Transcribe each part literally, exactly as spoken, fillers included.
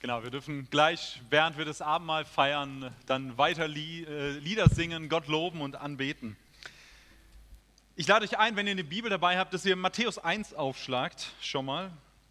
Genau, wir dürfen gleich, während wir das Abendmahl feiern, dann weiter Lieder singen, Gott loben und anbeten. Ich lade euch ein, wenn ihr eine Bibel dabei habt, dass ihr Matthäus eins aufschlagt, schon mal.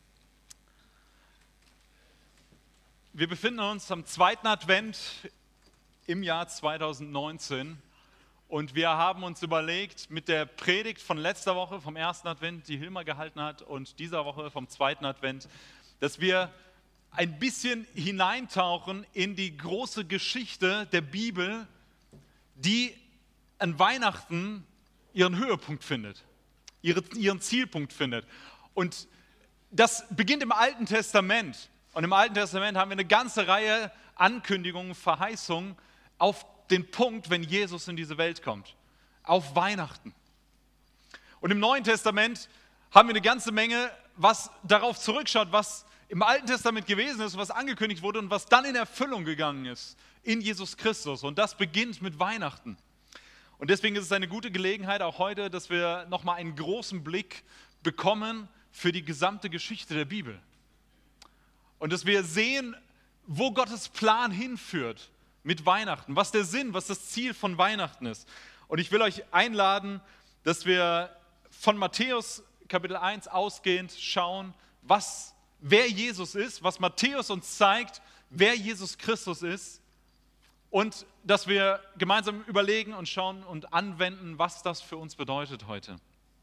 Wir befinden uns am zweiten Advent im Jahr zweitausendneunzehn und wir haben uns überlegt, mit der Predigt von letzter Woche, vom ersten Advent, die Hilma gehalten hat, und dieser Woche vom zweiten Advent, dass wir ein bisschen hineintauchen in die große Geschichte der Bibel, die an Weihnachten ihren Höhepunkt findet, ihren Zielpunkt findet. Und das beginnt im Alten Testament. Und im Alten Testament haben wir eine ganze Reihe Ankündigungen, Verheißungen auf den Punkt, wenn Jesus in diese Welt kommt, auf Weihnachten. Und im Neuen Testament haben wir eine ganze Menge, was darauf zurückschaut, was im Alten Testament gewesen ist, was angekündigt wurde und was dann in Erfüllung gegangen ist in Jesus Christus. Und das beginnt mit Weihnachten. Und deswegen ist es eine gute Gelegenheit, auch heute, dass wir nochmal einen großen Blick bekommen für die gesamte Geschichte der Bibel. Und dass wir sehen, wo Gottes Plan hinführt mit Weihnachten, was der Sinn, was das Ziel von Weihnachten ist. Und ich will euch einladen, dass wir von Matthäus Kapitel eins ausgehend schauen, was wer Jesus ist, was Matthäus uns zeigt, wer Jesus Christus ist, und dass wir gemeinsam überlegen und schauen und anwenden, was das für uns bedeutet heute.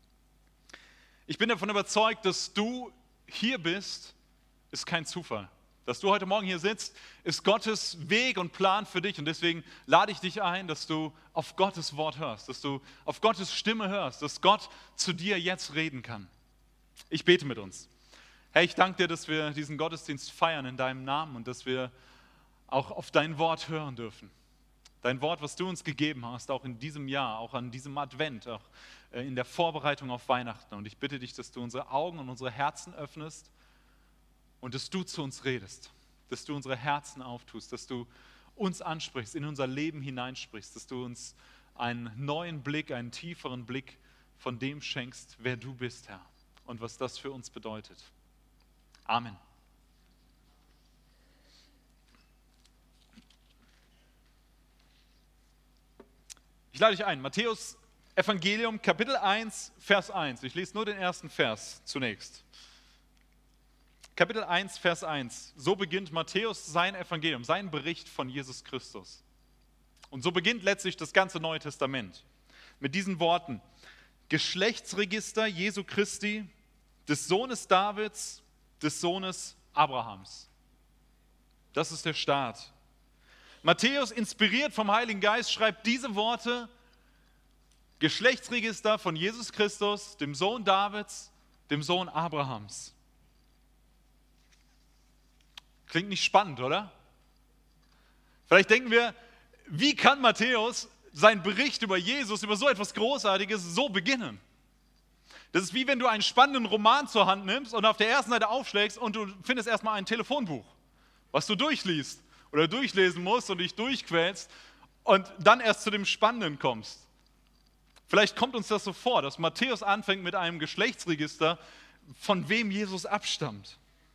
Ich bin davon überzeugt, dass du hier bist, ist kein Zufall. Dass du heute Morgen hier sitzt, ist Gottes Weg und Plan für dich, und deswegen lade ich dich ein, dass du auf Gottes Wort hörst, dass du auf Gottes Stimme hörst, dass Gott zu dir jetzt reden kann. Ich bete mit uns. Herr, ich danke dir, dass wir diesen Gottesdienst feiern in deinem Namen und dass wir auch auf dein Wort hören dürfen. Dein Wort, was du uns gegeben hast, auch in diesem Jahr, auch an diesem Advent, auch in der Vorbereitung auf Weihnachten. Und ich bitte dich, dass du unsere Augen und unsere Herzen öffnest und dass du zu uns redest, dass du unsere Herzen auftust, dass du uns ansprichst, in unser Leben hineinsprichst, dass du uns einen neuen Blick, einen tieferen Blick von dem schenkst, wer du bist, Herr, und was das für uns bedeutet. Amen. Ich lade dich ein, Matthäus Evangelium, Kapitel eins, Vers eins. Ich lese nur den ersten Vers zunächst. Kapitel eins, Vers eins. So beginnt Matthäus sein Evangelium, sein Bericht von Jesus Christus. Und so beginnt letztlich das ganze Neue Testament. Mit diesen Worten: Geschlechtsregister Jesu Christi, des Sohnes Davids, des Sohnes Abrahams. Das ist der Start. Matthäus, inspiriert vom Heiligen Geist, schreibt diese Worte: Geschlechtsregister von Jesus Christus, dem Sohn Davids, dem Sohn Abrahams. Klingt nicht spannend, oder? Vielleicht denken wir, wie kann Matthäus seinen Bericht über Jesus, über so etwas Großartiges so beginnen? Das ist wie wenn du einen spannenden Roman zur Hand nimmst und auf der ersten Seite aufschlägst und du findest erstmal ein Telefonbuch, was du durchliest oder durchlesen musst und dich durchquälst und dann erst zu dem Spannenden kommst. Vielleicht kommt uns das so vor, dass Matthäus anfängt mit einem Geschlechtsregister, von wem Jesus abstammt.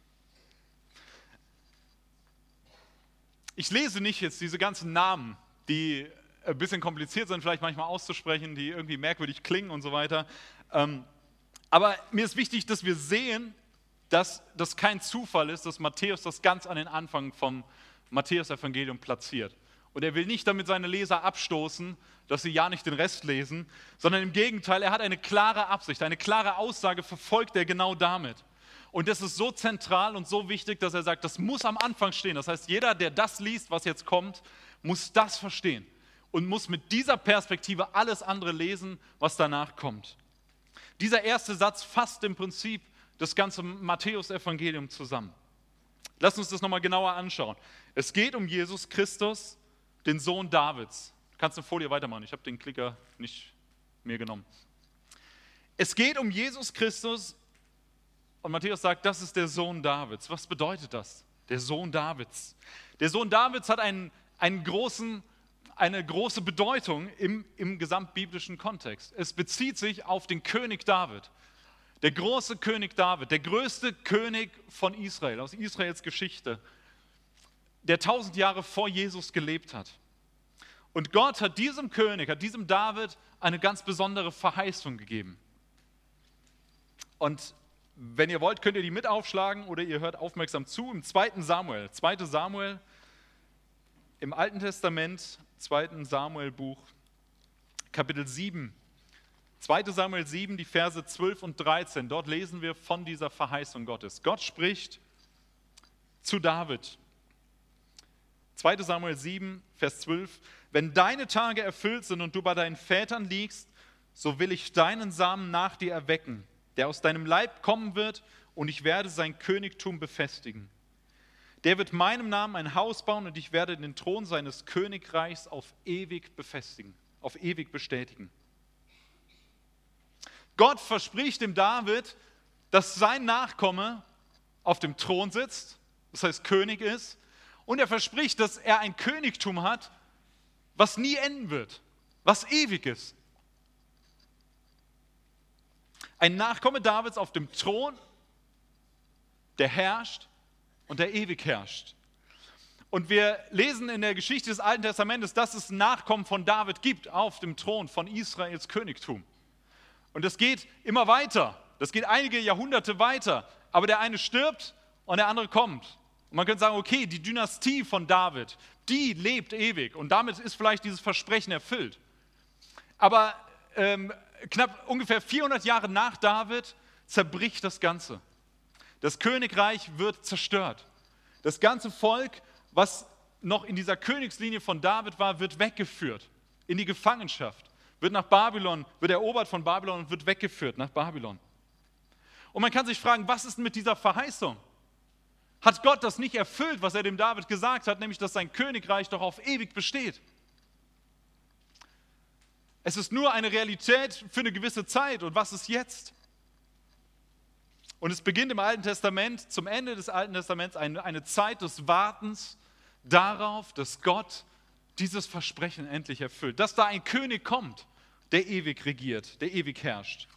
Ich lese nicht jetzt diese ganzen Namen, die ein bisschen kompliziert sind, vielleicht manchmal auszusprechen, die irgendwie merkwürdig klingen und so weiter. Aber mir ist wichtig, dass wir sehen, dass das kein Zufall ist, dass Matthäus das ganz an den Anfang vom Matthäus-Evangelium platziert. Und er will nicht damit seine Leser abstoßen, dass sie ja nicht den Rest lesen, sondern im Gegenteil, er hat eine klare Absicht, eine klare Aussage verfolgt er genau damit. Und das ist so zentral und so wichtig, dass er sagt, das muss am Anfang stehen. Das heißt, jeder, der das liest, was jetzt kommt, muss das verstehen und muss mit dieser Perspektive alles andere lesen, was danach kommt. Dieser erste Satz fasst im Prinzip das ganze Matthäus-Evangelium zusammen. Lass uns das nochmal genauer anschauen. Es geht um Jesus Christus, den Sohn Davids. Du kannst eine Folie weitermachen, ich habe den Klicker nicht mehr genommen. Es geht um Jesus Christus und Matthäus sagt, das ist der Sohn Davids. Was bedeutet das? Der Sohn Davids. Der Sohn Davids hat einen, einen großen, eine große Bedeutung im, im gesamtbiblischen Kontext. Es bezieht sich auf den König David. Der große König David, der größte König von Israel, aus Israels Geschichte. der tausend Jahre vor Jesus gelebt hat. Und Gott hat diesem König, hat diesem David eine ganz besondere Verheißung gegeben. Und wenn ihr wollt, könnt ihr die mit aufschlagen oder ihr hört aufmerksam zu. Im zweiten Samuel, zweite Samuel, im Alten Testament, zweiten Samuel-Buch, Kapitel sieben. zweite Samuel sieben, die Verse zwölf und dreizehn. Dort lesen wir von dieser Verheißung Gottes. Gott spricht zu David. zweite Samuel sieben, Vers zwölf. Wenn deine Tage erfüllt sind und du bei deinen Vätern liegst, so will ich deinen Samen nach dir erwecken, der aus deinem Leib kommen wird, und ich werde sein Königtum befestigen. Der wird meinem Namen ein Haus bauen und ich werde den Thron seines Königreichs auf ewig befestigen, auf ewig bestätigen. Gott verspricht dem David, dass sein Nachkomme auf dem Thron sitzt, das heißt König ist, und er verspricht, dass er ein Königtum hat, was nie enden wird, was ewig ist. Ein Nachkomme Davids auf dem Thron, der herrscht und der ewig herrscht. Und wir lesen in der Geschichte des Alten Testamentes, dass es Nachkommen von David gibt auf dem Thron von Israels Königtum. Und das geht immer weiter, das geht einige Jahrhunderte weiter, aber der eine stirbt und der andere kommt. Und man könnte sagen, okay, die Dynastie von David, die lebt ewig und damit ist vielleicht dieses Versprechen erfüllt. Aber ähm, knapp ungefähr vierhundert Jahre nach David zerbricht das Ganze. Das Königreich wird zerstört. Das ganze Volk, was noch in dieser Königslinie von David war, wird weggeführt in die Gefangenschaft, wird nach Babylon, wird erobert von Babylon und wird weggeführt nach Babylon. Und man kann sich fragen, was ist denn mit dieser Verheißung? Hat Gott das nicht erfüllt, was er dem David gesagt hat, nämlich dass sein Königreich doch auf ewig besteht? Es ist nur eine Realität für eine gewisse Zeit. Und was ist jetzt? Und es beginnt im Alten Testament, zum Ende des Alten Testaments, eine, eine Zeit des Wartens darauf, dass Gott dieses Versprechen endlich erfüllt. Dass da ein König kommt, der ewig regiert, der ewig herrscht.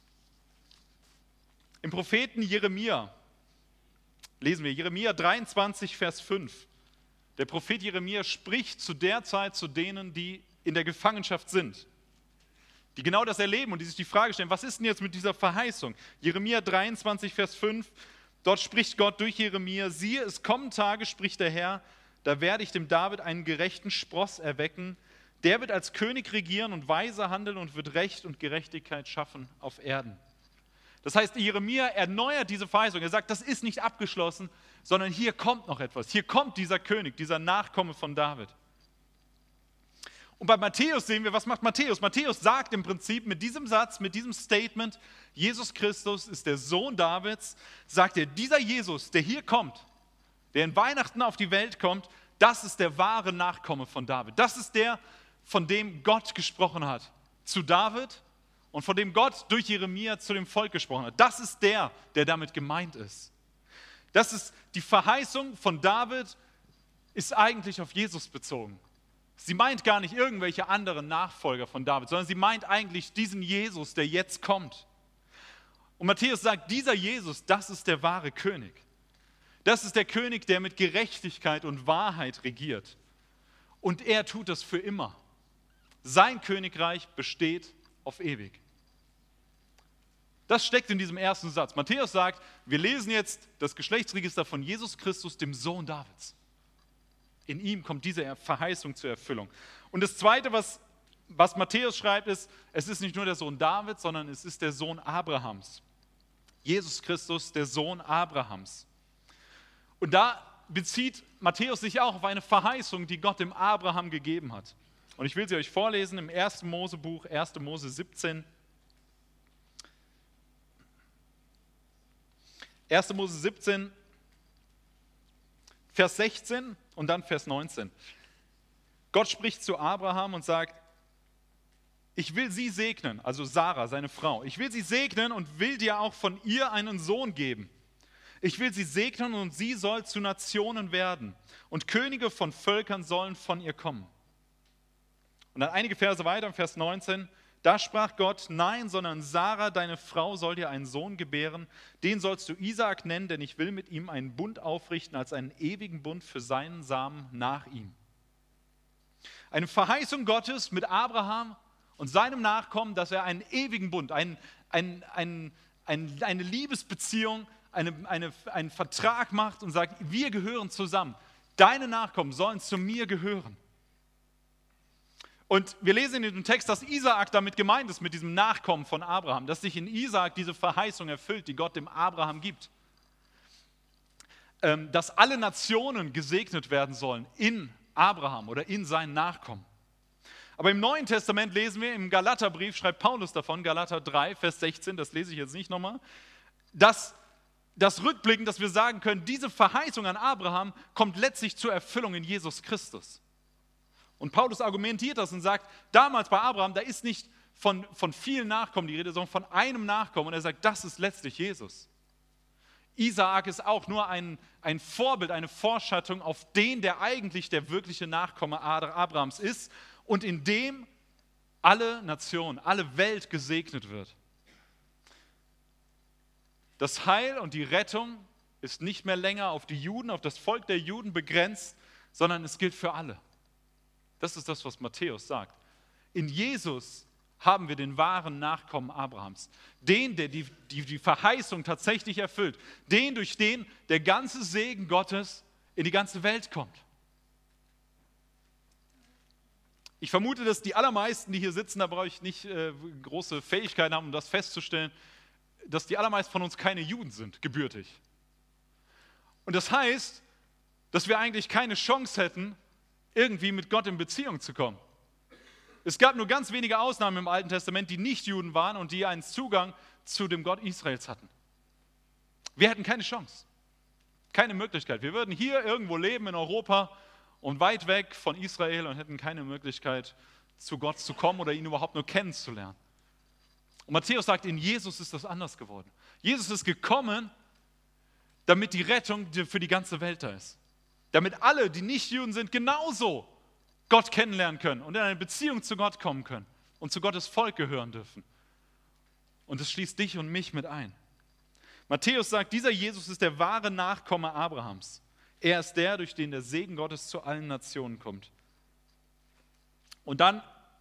Im Propheten Jeremia lesen wir, Jeremia dreiundzwanzig, Vers fünf. Der Prophet Jeremia spricht zu der Zeit zu denen, die in der Gefangenschaft sind, die genau das erleben und die sich die Frage stellen, was ist denn jetzt mit dieser Verheißung? Jeremia dreiundzwanzig, Vers fünf, dort spricht Gott durch Jeremia, siehe, es kommen Tage, spricht der Herr, da werde ich dem David einen gerechten Spross erwecken, der wird als König regieren und weise handeln und wird Recht und Gerechtigkeit schaffen auf Erden. Das heißt, Jeremia erneuert diese Verheißung. Er sagt, das ist nicht abgeschlossen, sondern hier kommt noch etwas. Hier kommt dieser König, dieser Nachkomme von David. Und bei Matthäus sehen wir, was macht Matthäus? Matthäus sagt im Prinzip mit diesem Satz, mit diesem Statement, Jesus Christus ist der Sohn Davids, sagt er, dieser Jesus, der hier kommt, der in Weihnachten auf die Welt kommt, das ist der wahre Nachkomme von David. Das ist der, von dem Gott gesprochen hat zu David und von dem Gott durch Jeremia zu dem Volk gesprochen hat. Das ist der, der damit gemeint ist. Das ist die Verheißung von David, ist eigentlich auf Jesus bezogen. Sie meint gar nicht irgendwelche anderen Nachfolger von David, sondern sie meint eigentlich diesen Jesus, der jetzt kommt. Und Matthäus sagt, dieser Jesus, das ist der wahre König. Das ist der König, der mit Gerechtigkeit und Wahrheit regiert. Und er tut das für immer. Sein Königreich besteht auf ewig. Das steckt in diesem ersten Satz. Matthäus sagt, wir lesen jetzt das Geschlechtsregister von Jesus Christus, dem Sohn Davids. In ihm kommt diese Verheißung zur Erfüllung. Und das Zweite, was, was Matthäus schreibt, ist, es ist nicht nur der Sohn Davids, sondern es ist der Sohn Abrahams. Jesus Christus, der Sohn Abrahams. Und da bezieht Matthäus sich auch auf eine Verheißung, die Gott dem Abraham gegeben hat. Und ich will sie euch vorlesen im ersten Mosebuch, erster Mose siebzehn. erster Mose siebzehn, Vers sechzehn und dann Vers neunzehn. Gott spricht zu Abraham und sagt, ich will sie segnen, also Sarah, seine Frau. Ich will sie segnen und will dir auch von ihr einen Sohn geben. Ich will sie segnen und sie soll zu Nationen werden. Und Könige von Völkern sollen von ihr kommen. Und dann einige Verse weiter, Vers neunzehn. Da sprach Gott, nein, sondern Sarah, deine Frau, soll dir einen Sohn gebären. Den sollst du Isaak nennen, denn ich will mit ihm einen Bund aufrichten als einen ewigen Bund für seinen Samen nach ihm. Eine Verheißung Gottes mit Abraham und seinem Nachkommen, dass er einen ewigen Bund, einen, einen, einen, einen, eine Liebesbeziehung, eine, eine, einen Vertrag macht und sagt, wir gehören zusammen. Deine Nachkommen sollen zu mir gehören. Und wir lesen in dem Text, dass Isaak damit gemeint ist, mit diesem Nachkommen von Abraham, dass sich in Isaak diese Verheißung erfüllt, die Gott dem Abraham gibt. Ähm, dass alle Nationen gesegnet werden sollen in Abraham oder in seinen Nachkommen. Aber im Neuen Testament lesen wir, im Galaterbrief schreibt Paulus davon, Galater drei, Vers sechzehn, das lese ich jetzt nicht nochmal, dass das Rückblicken, dass wir sagen können, diese Verheißung an Abraham kommt letztlich zur Erfüllung in Jesus Christus. Und Paulus argumentiert das und sagt, damals bei Abraham, da ist nicht von, von vielen Nachkommen die Rede, sondern von einem Nachkommen. Und er sagt, das ist letztlich Jesus. Isaak ist auch nur ein, ein Vorbild, eine Vorschattung auf den, der eigentlich der wirkliche Nachkomme Abrahams ist und in dem alle Nationen, alle Welt gesegnet wird. Das Heil und die Rettung ist nicht mehr länger auf die Juden, auf das Volk der Juden begrenzt, sondern es gilt für alle. Das ist das, was Matthäus sagt. In Jesus haben wir den wahren Nachkommen Abrahams. Den, der die, die, die Verheißung tatsächlich erfüllt. Den, durch den der ganze Segen Gottes in die ganze Welt kommt. Ich vermute, dass die allermeisten, die hier sitzen, da brauche ich nicht äh, große Fähigkeiten haben, um das festzustellen, dass die allermeisten von uns keine Juden sind, gebürtig. Und das heißt, dass wir eigentlich keine Chance hätten, irgendwie mit Gott in Beziehung zu kommen. Es gab nur ganz wenige Ausnahmen im Alten Testament, die nicht Juden waren und die einen Zugang zu dem Gott Israels hatten. Wir hätten keine Chance, keine Möglichkeit. Wir würden hier irgendwo leben in Europa und weit weg von Israel und hätten keine Möglichkeit, zu Gott zu kommen oder ihn überhaupt nur kennenzulernen. Und Matthäus sagt, in Jesus ist das anders geworden. Jesus ist gekommen, damit die Rettung für die ganze Welt da ist. Damit alle, die nicht Juden sind, genauso Gott kennenlernen können und in eine Beziehung zu Gott kommen können und zu Gottes Volk gehören dürfen. Und es schließt dich und mich mit ein. Matthäus sagt, dieser Jesus ist der wahre Nachkomme Abrahams. Er ist der, durch den der Segen Gottes zu allen Nationen kommt. Und dann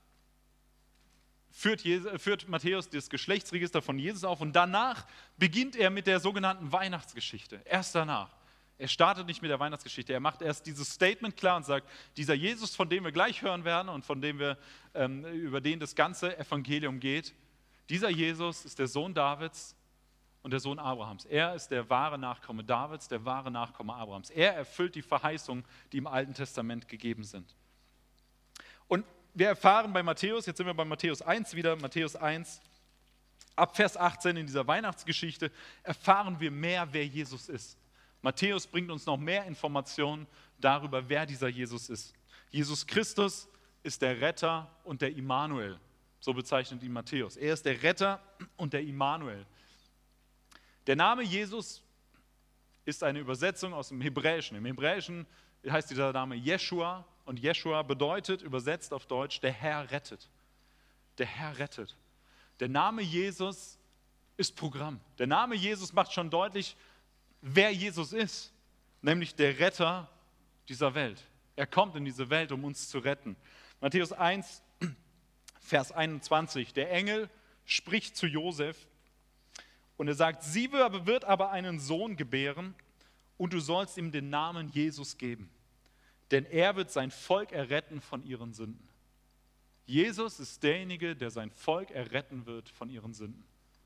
führt, Jesus, führt Matthäus das Geschlechtsregister von Jesus auf und danach beginnt er mit der sogenannten Weihnachtsgeschichte. Erst danach. Er startet nicht mit der Weihnachtsgeschichte, er macht erst dieses Statement klar und sagt, dieser Jesus, von dem wir gleich hören werden und von dem wir, ähm, über den das ganze Evangelium geht, dieser Jesus ist der Sohn Davids und der Sohn Abrahams. Er ist der wahre Nachkomme Davids, der wahre Nachkomme Abrahams. Er erfüllt die Verheißungen, die im Alten Testament gegeben sind. Und wir erfahren bei Matthäus, jetzt sind wir bei Matthäus eins wieder, Matthäus eins, ab Vers achtzehn in dieser Weihnachtsgeschichte, erfahren wir mehr, wer Jesus ist. Matthäus bringt uns noch mehr Informationen darüber, wer dieser Jesus ist. Jesus Christus ist der Retter und der Immanuel. So bezeichnet ihn Matthäus. Er ist der Retter und der Immanuel. Der Name Jesus ist eine Übersetzung aus dem Hebräischen. Im Hebräischen heißt dieser Name Jeschua und Jeschua bedeutet, übersetzt auf Deutsch, der Herr rettet. Der Herr rettet. Der Name Jesus ist Programm. Der Name Jesus macht schon deutlich, wer Jesus ist, nämlich der Retter dieser Welt. Er kommt in diese Welt, um uns zu retten. Matthäus eins, Vers einundzwanzig. Der Engel spricht zu Josef und er sagt, sie wird aber einen Sohn gebären und du sollst ihm den Namen Jesus geben, denn er wird sein Volk erretten von ihren Sünden. Jesus ist derjenige, der sein Volk erretten wird von ihren Sünden.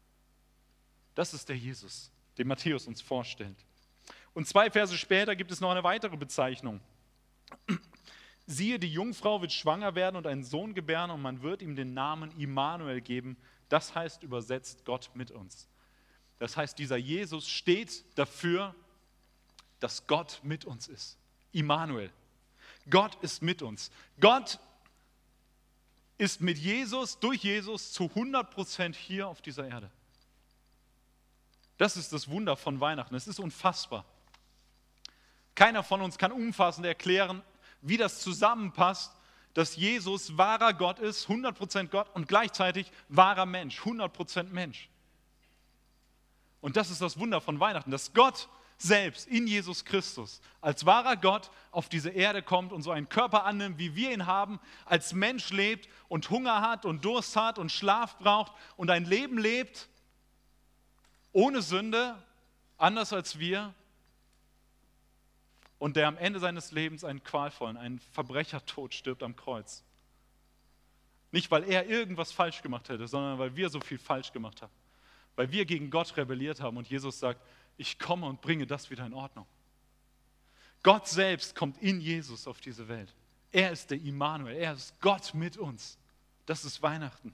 Das ist der Jesus, den Matthäus uns vorstellt. Und zwei Verse später gibt es noch eine weitere Bezeichnung. Siehe, die Jungfrau wird schwanger werden und einen Sohn gebären und man wird ihm den Namen Immanuel geben. Das heißt übersetzt Gott mit uns. Das heißt, dieser Jesus steht dafür, dass Gott mit uns ist. Immanuel. Gott ist mit uns. Gott ist mit Jesus, durch Jesus zu hundert Prozent hier auf dieser Erde. Das ist das Wunder von Weihnachten. Es ist unfassbar. Keiner von uns kann umfassend erklären, wie das zusammenpasst, dass Jesus wahrer Gott ist, hundert Prozent Gott und gleichzeitig wahrer Mensch, hundert Prozent Mensch. Und das ist das Wunder von Weihnachten, dass Gott selbst in Jesus Christus als wahrer Gott auf diese Erde kommt und so einen Körper annimmt, wie wir ihn haben, als Mensch lebt und Hunger hat und Durst hat und Schlaf braucht und ein Leben lebt ohne Sünde, anders als wir, und der am Ende seines Lebens einen qualvollen, einen Verbrechertod stirbt am Kreuz. Nicht, weil er irgendwas falsch gemacht hätte, sondern weil wir so viel falsch gemacht haben. Weil wir gegen Gott rebelliert haben und Jesus sagt, ich komme und bringe das wieder in Ordnung. Gott selbst kommt in Jesus auf diese Welt. Er ist der Immanuel, er ist Gott mit uns. Das ist Weihnachten.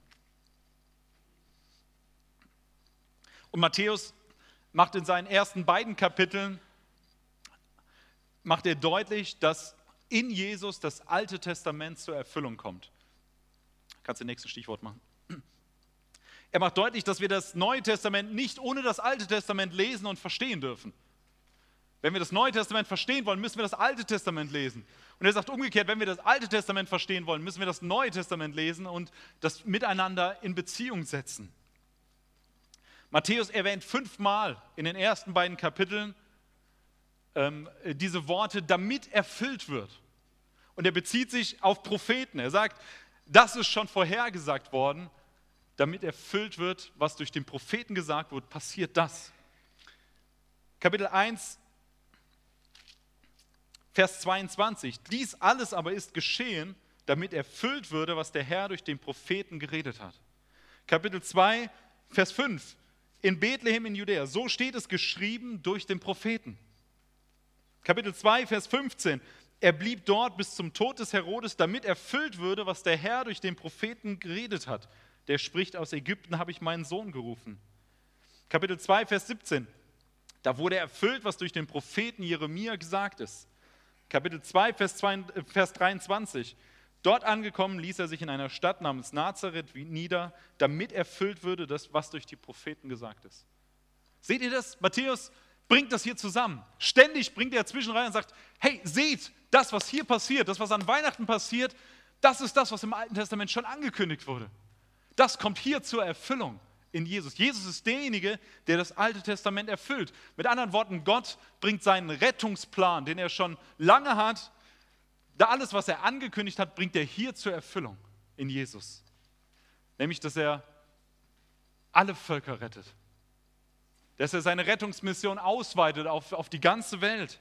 Und Matthäus macht in seinen ersten beiden Kapiteln macht er deutlich, dass in Jesus das Alte Testament zur Erfüllung kommt. Kannst du das nächste Stichwort machen? Er macht deutlich, dass wir das Neue Testament nicht ohne das Alte Testament lesen und verstehen dürfen. Wenn wir das Neue Testament verstehen wollen, müssen wir das Alte Testament lesen. Und er sagt umgekehrt, wenn wir das Alte Testament verstehen wollen, müssen wir das Neue Testament lesen und das miteinander in Beziehung setzen. Matthäus erwähnt fünfmal in den ersten beiden Kapiteln ähm, diese Worte, damit erfüllt wird. Und er bezieht sich auf Propheten. Er sagt, das ist schon vorhergesagt worden, damit erfüllt wird, was durch den Propheten gesagt wird, passiert das. Kapitel eins, Vers zweiundzwanzig. Dies alles aber ist geschehen, damit erfüllt würde, was der Herr durch den Propheten geredet hat. Kapitel zwei, Vers fünf. In Bethlehem in Judäa, so steht es geschrieben durch den Propheten. Kapitel zwei, Vers fünfzehn. Er blieb dort bis zum Tod des Herodes, damit erfüllt würde, was der Herr durch den Propheten geredet hat. Der spricht, aus Ägypten habe ich meinen Sohn gerufen. Kapitel zwei, Vers siebzehn. Da wurde erfüllt, was durch den Propheten Jeremia gesagt ist. Kapitel zwei, Vers dreiundzwanzig. Dort angekommen ließ er sich in einer Stadt namens Nazareth nieder, damit erfüllt würde, das, was durch die Propheten gesagt ist. Seht ihr das? Matthäus bringt das hier zusammen. Ständig bringt er zwischen rein und sagt, hey, seht, das, was hier passiert, das, was an Weihnachten passiert, das ist das, was im Alten Testament schon angekündigt wurde. Das kommt hier zur Erfüllung in Jesus. Jesus ist derjenige, der das Alte Testament erfüllt. Mit anderen Worten, Gott bringt seinen Rettungsplan, den er schon lange hat, da alles, was er angekündigt hat, bringt er hier zur Erfüllung in Jesus. Nämlich, dass er alle Völker rettet. Dass er seine Rettungsmission ausweitet auf, auf die ganze Welt.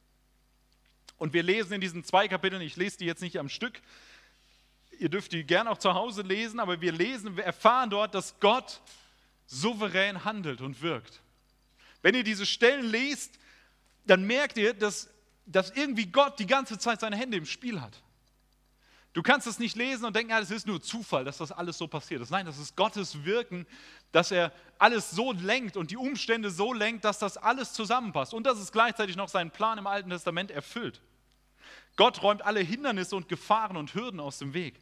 Und wir lesen in diesen zwei Kapiteln, ich lese die jetzt nicht am Stück, ihr dürft die gerne auch zu Hause lesen, aber wir lesen, wir erfahren dort, dass Gott souverän handelt und wirkt. Wenn ihr diese Stellen lest, dann merkt ihr, dass, dass irgendwie Gott die ganze Zeit seine Hände im Spiel hat. Du kannst es nicht lesen und denken, ja, das ist nur Zufall, dass das alles so passiert ist. Nein, das ist Gottes Wirken, dass er alles so lenkt und die Umstände so lenkt, dass das alles zusammenpasst und dass es gleichzeitig noch seinen Plan im Alten Testament erfüllt. Gott räumt alle Hindernisse und Gefahren und Hürden aus dem Weg.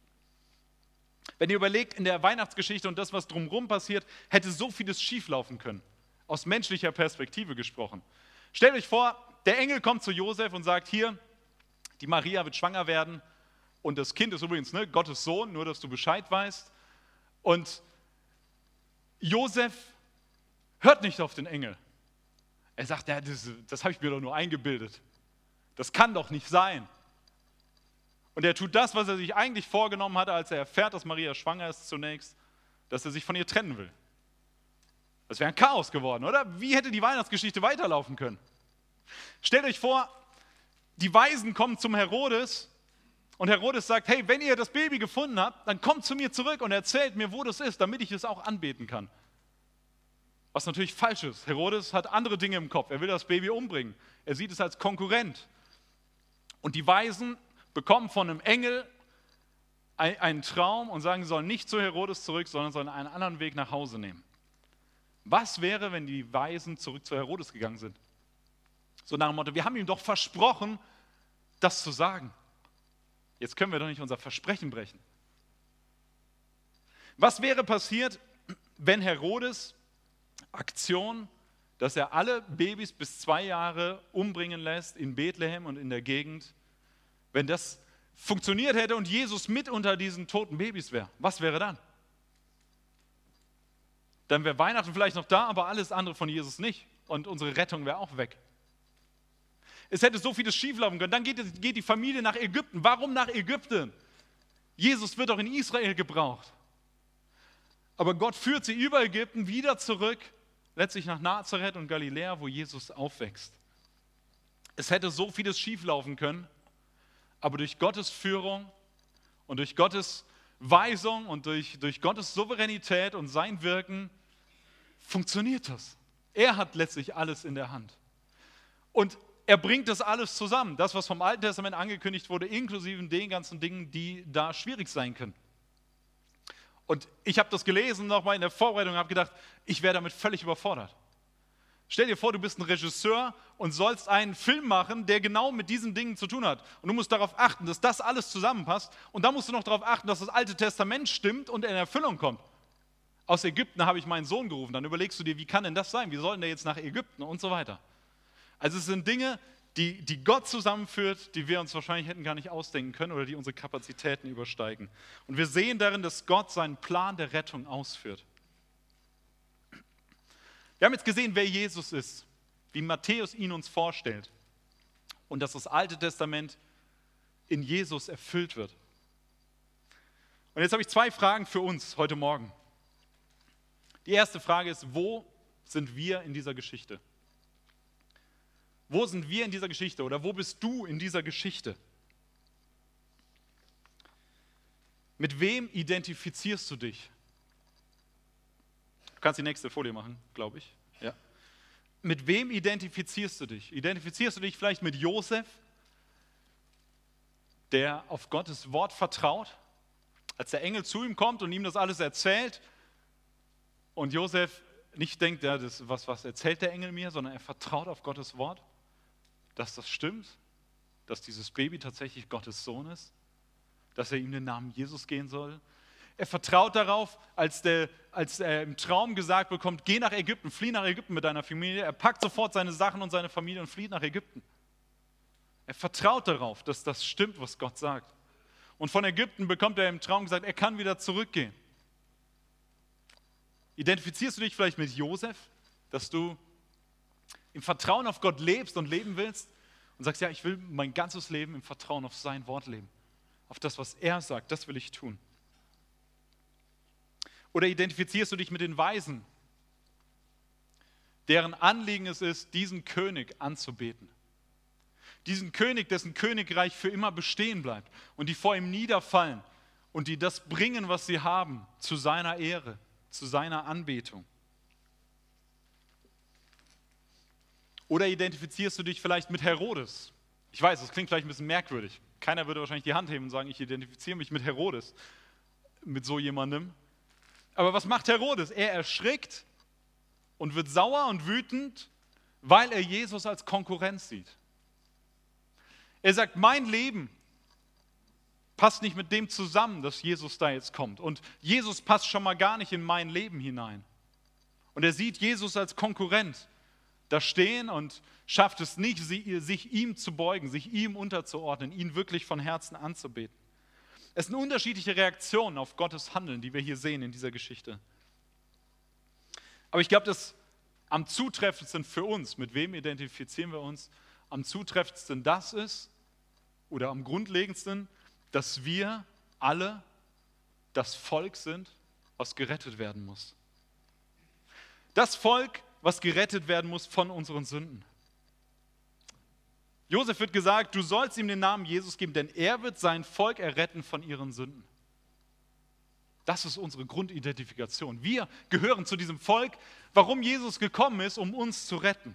Wenn ihr überlegt, in der Weihnachtsgeschichte und das, was drumherum passiert, hätte so vieles schieflaufen können, aus menschlicher Perspektive gesprochen. Stellt euch vor, der Engel kommt zu Josef und sagt, hier, die Maria wird schwanger werden und das Kind ist übrigens ne, Gottes Sohn, nur dass du Bescheid weißt. Und Josef hört nicht auf den Engel. Er sagt, ja, das, das habe ich mir doch nur eingebildet. Das kann doch nicht sein. Und er tut das, was er sich eigentlich vorgenommen hatte, als er erfährt, dass Maria schwanger ist zunächst, dass er sich von ihr trennen will. Das wäre ein Chaos geworden, oder? Wie hätte die Weihnachtsgeschichte weiterlaufen können? Stellt euch vor, die Weisen kommen zum Herodes und Herodes sagt, hey, wenn ihr das Baby gefunden habt, dann kommt zu mir zurück und erzählt mir, wo das ist, damit ich es auch anbeten kann. Was natürlich falsch ist. Herodes hat andere Dinge im Kopf. Er will das Baby umbringen. Er sieht es als Konkurrent. Und die Weisen bekommen von einem Engel einen Traum und sagen, sie sollen nicht zu Herodes zurück, sondern sollen einen anderen Weg nach Hause nehmen. Was wäre, wenn die Weisen zurück zu Herodes gegangen sind? So nach dem Motto, wir haben ihm doch versprochen, das zu sagen. Jetzt können wir doch nicht unser Versprechen brechen. Was wäre passiert, wenn Herodes Aktion, dass er alle Babys bis zwei Jahre umbringen lässt in Bethlehem und in der Gegend, wenn das funktioniert hätte und Jesus mit unter diesen toten Babys wäre. Was wäre dann? Dann wäre Weihnachten vielleicht noch da, aber alles andere von Jesus nicht. Und unsere Rettung wäre auch weg. Es hätte so vieles schieflaufen können. Dann geht, geht die Familie nach Ägypten. Warum nach Ägypten? Jesus wird doch in Israel gebraucht. Aber Gott führt sie über Ägypten wieder zurück, letztlich nach Nazareth und Galiläa, wo Jesus aufwächst. Es hätte so vieles schieflaufen können, aber durch Gottes Führung und durch Gottes Weisung und durch, durch Gottes Souveränität und sein Wirken funktioniert das. Er hat letztlich alles in der Hand. Und er bringt das alles zusammen, das, was vom Alten Testament angekündigt wurde, inklusive den ganzen Dingen, die da schwierig sein können. Und ich habe das gelesen nochmal in der Vorbereitung und habe gedacht, ich wäre damit völlig überfordert. Stell dir vor, du bist ein Regisseur und sollst einen Film machen, der genau mit diesen Dingen zu tun hat. Und du musst darauf achten, dass das alles zusammenpasst. Und dann musst du noch darauf achten, dass das Alte Testament stimmt und in Erfüllung kommt. Aus Ägypten habe ich meinen Sohn gerufen. Dann überlegst du dir, wie kann denn das sein? Wie soll denn der jetzt nach Ägypten und so weiter? Also es sind Dinge, die, die Gott zusammenführt, die wir uns wahrscheinlich hätten gar nicht ausdenken können oder die unsere Kapazitäten übersteigen. Und wir sehen darin, dass Gott seinen Plan der Rettung ausführt. Wir haben jetzt gesehen, wer Jesus ist, wie Matthäus ihn uns vorstellt und dass das Alte Testament in Jesus erfüllt wird. Und jetzt habe ich zwei Fragen für uns heute Morgen. Die erste Frage ist, wo sind wir in dieser Geschichte? Wo sind wir in dieser Geschichte oder wo bist du in dieser Geschichte? Mit wem identifizierst du dich? Du kannst die nächste Folie machen, glaube ich. Ja. Mit wem identifizierst du dich? Identifizierst du dich vielleicht mit Josef, der auf Gottes Wort vertraut, als der Engel zu ihm kommt und ihm das alles erzählt und Josef nicht denkt, ja, das, was, was erzählt der Engel mir, sondern er vertraut auf Gottes Wort, dass das stimmt, dass dieses Baby tatsächlich Gottes Sohn ist, dass er ihm den Namen Jesus geben soll. Er vertraut darauf, als, der, als er im Traum gesagt bekommt, geh nach Ägypten, flieh nach Ägypten mit deiner Familie. Er packt sofort seine Sachen und seine Familie und flieht nach Ägypten. Er vertraut darauf, dass das stimmt, was Gott sagt. Und von Ägypten bekommt er im Traum gesagt, er kann wieder zurückgehen. Identifizierst du dich vielleicht mit Josef, dass du im Vertrauen auf Gott lebst und leben willst und sagst, ja, ich will mein ganzes Leben im Vertrauen auf sein Wort leben, auf das, was er sagt, das will ich tun. Oder identifizierst du dich mit den Weisen, deren Anliegen es ist, diesen König anzubeten? Diesen König, dessen Königreich für immer bestehen bleibt und die vor ihm niederfallen und die das bringen, was sie haben, zu seiner Ehre, zu seiner Anbetung. Oder identifizierst du dich vielleicht mit Herodes? Ich weiß, das klingt vielleicht ein bisschen merkwürdig. Keiner würde wahrscheinlich die Hand heben und sagen, ich identifiziere mich mit Herodes, mit so jemandem. Aber was macht Herodes? Er erschrickt und wird sauer und wütend, weil er Jesus als Konkurrenz sieht. Er sagt, mein Leben passt nicht mit dem zusammen, dass Jesus da jetzt kommt. Und Jesus passt schon mal gar nicht in mein Leben hinein. Und er sieht Jesus als Konkurrent da stehen und schafft es nicht, sich ihm zu beugen, sich ihm unterzuordnen, ihn wirklich von Herzen anzubeten. Es sind unterschiedliche Reaktionen auf Gottes Handeln, die wir hier sehen in dieser Geschichte. Aber ich glaube, dass am zutreffendsten für uns, mit wem identifizieren wir uns, am zutreffendsten das ist, oder am grundlegendsten, dass wir alle das Volk sind, was gerettet werden muss. Das Volk, was gerettet werden muss von unseren Sünden. Josef wird gesagt, du sollst ihm den Namen Jesus geben, denn er wird sein Volk erretten von ihren Sünden. Das ist unsere Grundidentifikation. Wir gehören zu diesem Volk, warum Jesus gekommen ist, um uns zu retten.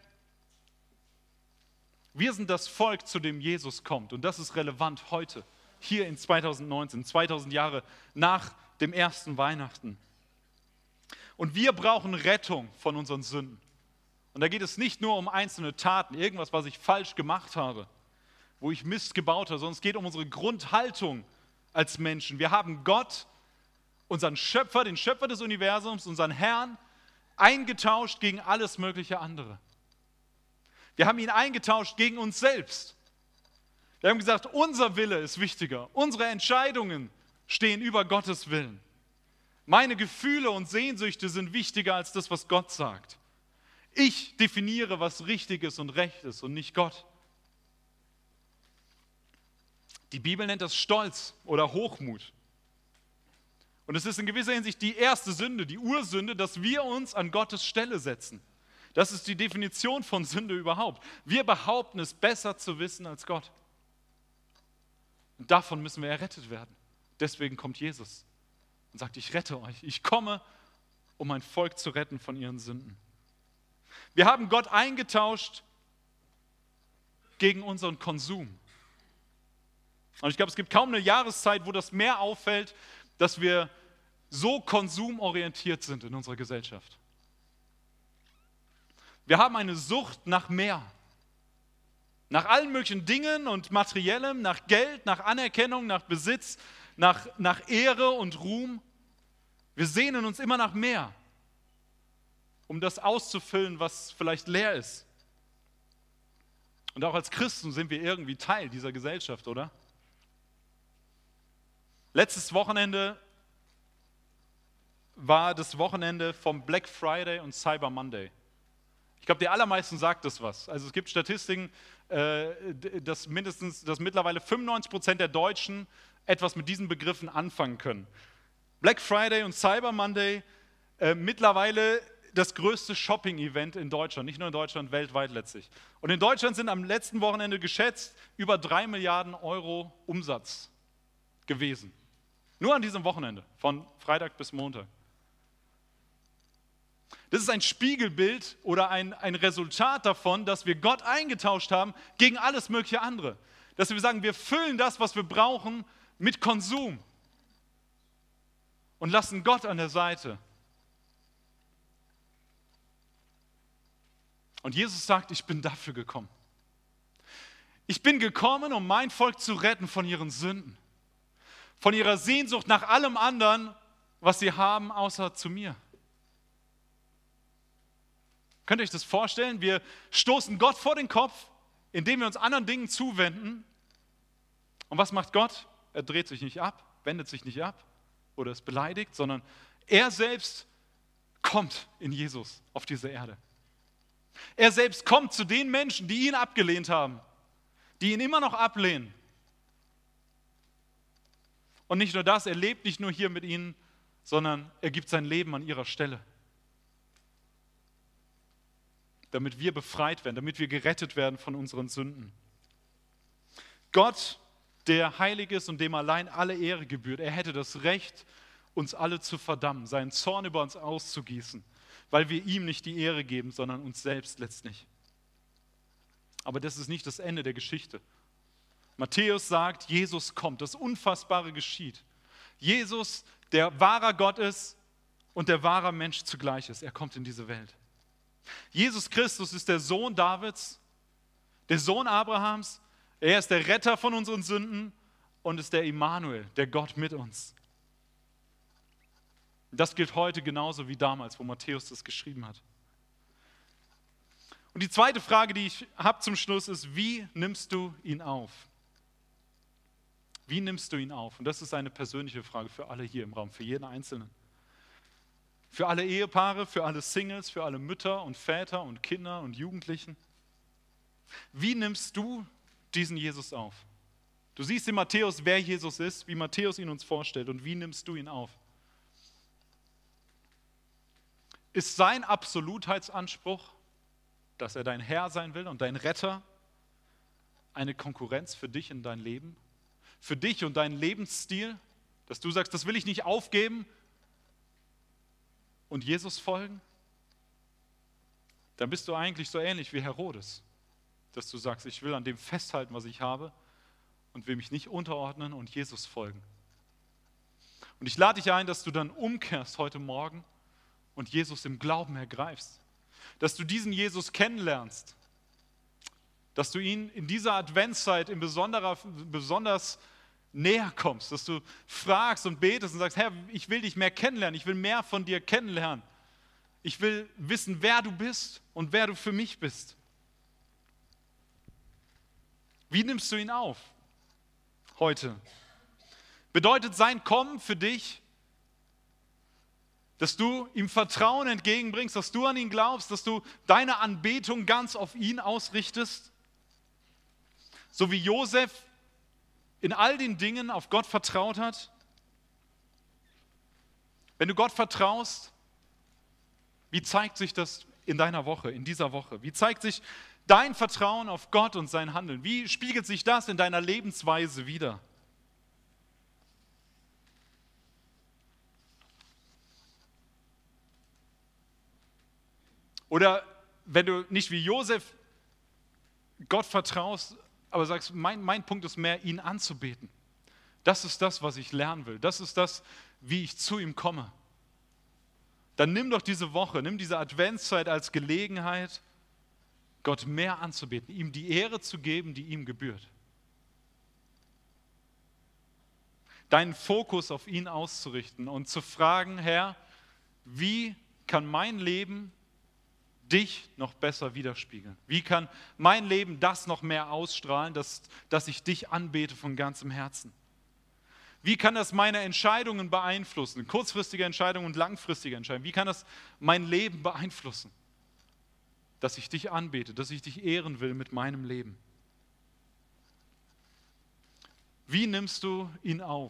Wir sind das Volk, zu dem Jesus kommt. Und das ist relevant heute, hier in zweitausendneunzehn, zweitausend Jahre nach dem ersten Weihnachten. Und wir brauchen Rettung von unseren Sünden. Und da geht es nicht nur um einzelne Taten, irgendwas, was ich falsch gemacht habe, wo ich Mist gebaut habe, sondern es geht um unsere Grundhaltung als Menschen. Wir haben Gott, unseren Schöpfer, den Schöpfer des Universums, unseren Herrn, eingetauscht gegen alles mögliche andere. Wir haben ihn eingetauscht gegen uns selbst. Wir haben gesagt, unser Wille ist wichtiger. Unsere Entscheidungen stehen über Gottes Willen. Meine Gefühle und Sehnsüchte sind wichtiger als das, was Gott sagt. Ich definiere, was richtig ist und recht ist und nicht Gott. Die Bibel nennt das Stolz oder Hochmut. Und es ist in gewisser Hinsicht die erste Sünde, die Ursünde, dass wir uns an Gottes Stelle setzen. Das ist die Definition von Sünde überhaupt. Wir behaupten es besser zu wissen als Gott. Und davon müssen wir errettet werden. Deswegen kommt Jesus und sagt, ich rette euch. Ich komme, um mein Volk zu retten von ihren Sünden. Wir haben Gott eingetauscht gegen unseren Konsum. Und ich glaube, es gibt kaum eine Jahreszeit, wo das mehr auffällt, dass wir so konsumorientiert sind in unserer Gesellschaft. Wir haben eine Sucht nach mehr. Nach allen möglichen Dingen und Materiellem, nach Geld, nach Anerkennung, nach Besitz, nach, nach Ehre und Ruhm. Wir sehnen uns immer nach mehr, um das auszufüllen, was vielleicht leer ist. Und auch als Christen sind wir irgendwie Teil dieser Gesellschaft, oder? Letztes Wochenende war das Wochenende vom Black Friday und Cyber Monday. Ich glaube, die allermeisten sagt das was. Also es gibt Statistiken, dass mindestens, dass mittlerweile fünfundneunzig Prozent der Deutschen etwas mit diesen Begriffen anfangen können. Black Friday und Cyber Monday, äh, mittlerweile das größte Shopping-Event in Deutschland, nicht nur in Deutschland, weltweit letztlich. Und in Deutschland sind am letzten Wochenende geschätzt über drei Milliarden Euro Umsatz gewesen. Nur an diesem Wochenende, von Freitag bis Montag. Das ist ein Spiegelbild oder ein, ein Resultat davon, dass wir Gott eingetauscht haben gegen alles mögliche andere. Dass wir sagen, wir füllen das, was wir brauchen, mit Konsum und lassen Gott an der Seite. Und Jesus sagt, ich bin dafür gekommen. Ich bin gekommen, um mein Volk zu retten von ihren Sünden, von ihrer Sehnsucht nach allem anderen, was sie haben, außer zu mir. Könnt ihr euch das vorstellen? Wir stoßen Gott vor den Kopf, indem wir uns anderen Dingen zuwenden. Und was macht Gott? Er dreht sich nicht ab, wendet sich nicht ab oder ist beleidigt, sondern er selbst kommt in Jesus auf diese Erde. Er selbst kommt zu den Menschen, die ihn abgelehnt haben, die ihn immer noch ablehnen. Und nicht nur das, er lebt nicht nur hier mit ihnen, sondern er gibt sein Leben an ihrer Stelle. Damit wir befreit werden, damit wir gerettet werden von unseren Sünden. Gott, der heilig ist und dem allein alle Ehre gebührt, er hätte das Recht, uns alle zu verdammen, seinen Zorn über uns auszugießen, weil wir ihm nicht die Ehre geben, sondern uns selbst letztlich. Aber das ist nicht das Ende der Geschichte. Matthäus sagt, Jesus kommt, das Unfassbare geschieht. Jesus, der wahrer Gott ist und der wahrer Mensch zugleich ist, er kommt in diese Welt. Jesus Christus ist der Sohn Davids, der Sohn Abrahams, er ist der Retter von unseren Sünden und ist der Immanuel, der Gott mit uns. Das gilt heute genauso wie damals, wo Matthäus das geschrieben hat. Und die zweite Frage, die ich habe zum Schluss, ist, wie nimmst du ihn auf? Wie nimmst du ihn auf? Und das ist eine persönliche Frage für alle hier im Raum, für jeden Einzelnen. Für alle Ehepaare, für alle Singles, für alle Mütter und Väter und Kinder und Jugendlichen. Wie nimmst du diesen Jesus auf? Du siehst in Matthäus, wer Jesus ist, wie Matthäus ihn uns vorstellt und wie nimmst du ihn auf? Ist sein Absolutheitsanspruch, dass er dein Herr sein will und dein Retter, eine Konkurrenz für dich in dein Leben? Für dich und deinen Lebensstil? Dass du sagst, das will ich nicht aufgeben und Jesus folgen? Dann bist du eigentlich so ähnlich wie Herodes, dass du sagst, ich will an dem festhalten, was ich habe und will mich nicht unterordnen und Jesus folgen. Und ich lade dich ein, dass du dann umkehrst heute Morgen und Jesus im Glauben ergreifst. Dass du diesen Jesus kennenlernst. Dass du ihn in dieser Adventszeit in besonderer, besonders näher kommst. Dass du fragst und betest und sagst, Herr, ich will dich mehr kennenlernen. Ich will mehr von dir kennenlernen. Ich will wissen, wer du bist und wer du für mich bist. Wie nimmst du ihn auf heute? Bedeutet sein Kommen für dich, dass du ihm Vertrauen entgegenbringst, dass du an ihn glaubst, dass du deine Anbetung ganz auf ihn ausrichtest? So wie Josef in all den Dingen auf Gott vertraut hat? Wenn du Gott vertraust, wie zeigt sich das in deiner Woche, in dieser Woche? Wie zeigt sich dein Vertrauen auf Gott und sein Handeln? Wie spiegelt sich das in deiner Lebensweise wider? Oder wenn du nicht wie Josef Gott vertraust, aber sagst, mein, mein Punkt ist mehr, ihn anzubeten. Das ist das, was ich lernen will. Das ist das, wie ich zu ihm komme. Dann nimm doch diese Woche, nimm diese Adventszeit als Gelegenheit, Gott mehr anzubeten, ihm die Ehre zu geben, die ihm gebührt. Deinen Fokus auf ihn auszurichten und zu fragen, Herr, wie kann mein Leben dich noch besser widerspiegeln? Wie kann mein Leben das noch mehr ausstrahlen, dass, dass ich dich anbete von ganzem Herzen? Wie kann das meine Entscheidungen beeinflussen? Kurzfristige Entscheidungen und langfristige Entscheidungen. Wie kann das mein Leben beeinflussen? Dass ich dich anbete, dass ich dich ehren will mit meinem Leben. Wie nimmst du ihn auf?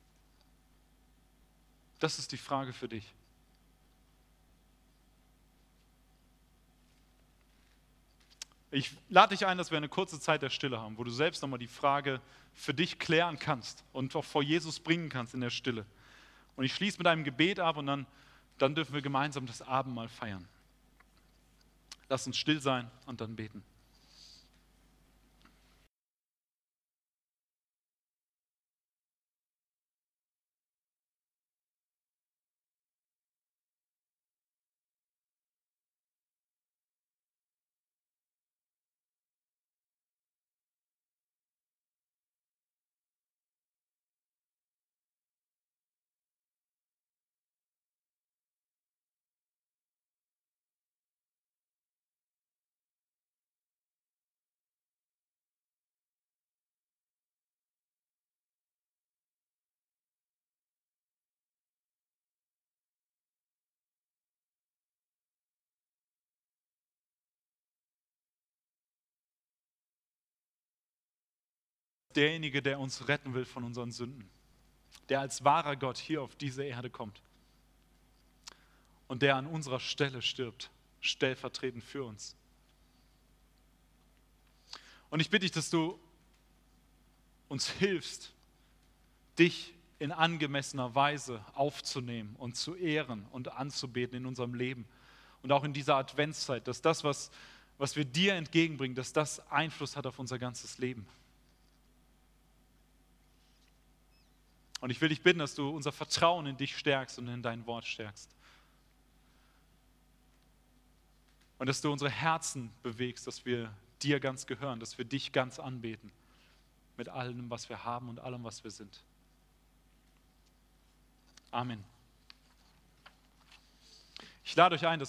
Das ist die Frage für dich. Ich lade dich ein, dass wir eine kurze Zeit der Stille haben, wo du selbst nochmal die Frage für dich klären kannst und auch vor Jesus bringen kannst in der Stille. Und ich schließe mit einem Gebet ab und dann, dann dürfen wir gemeinsam das Abendmahl feiern. Lass uns still sein und dann beten. Derjenige, der uns retten will von unseren Sünden, der als wahrer Gott hier auf diese Erde kommt und der an unserer Stelle stirbt, stellvertretend für uns. Und ich bitte dich, dass du uns hilfst, dich in angemessener Weise aufzunehmen und zu ehren und anzubeten in unserem Leben und auch in dieser Adventszeit, dass das, was, was wir dir entgegenbringen, dass das Einfluss hat auf unser ganzes Leben. Und ich will dich bitten, dass du unser Vertrauen in dich stärkst und in dein Wort stärkst. Und dass du unsere Herzen bewegst, dass wir dir ganz gehören, dass wir dich ganz anbeten. Mit allem, was wir haben und allem, was wir sind. Amen. Ich lade euch ein, dass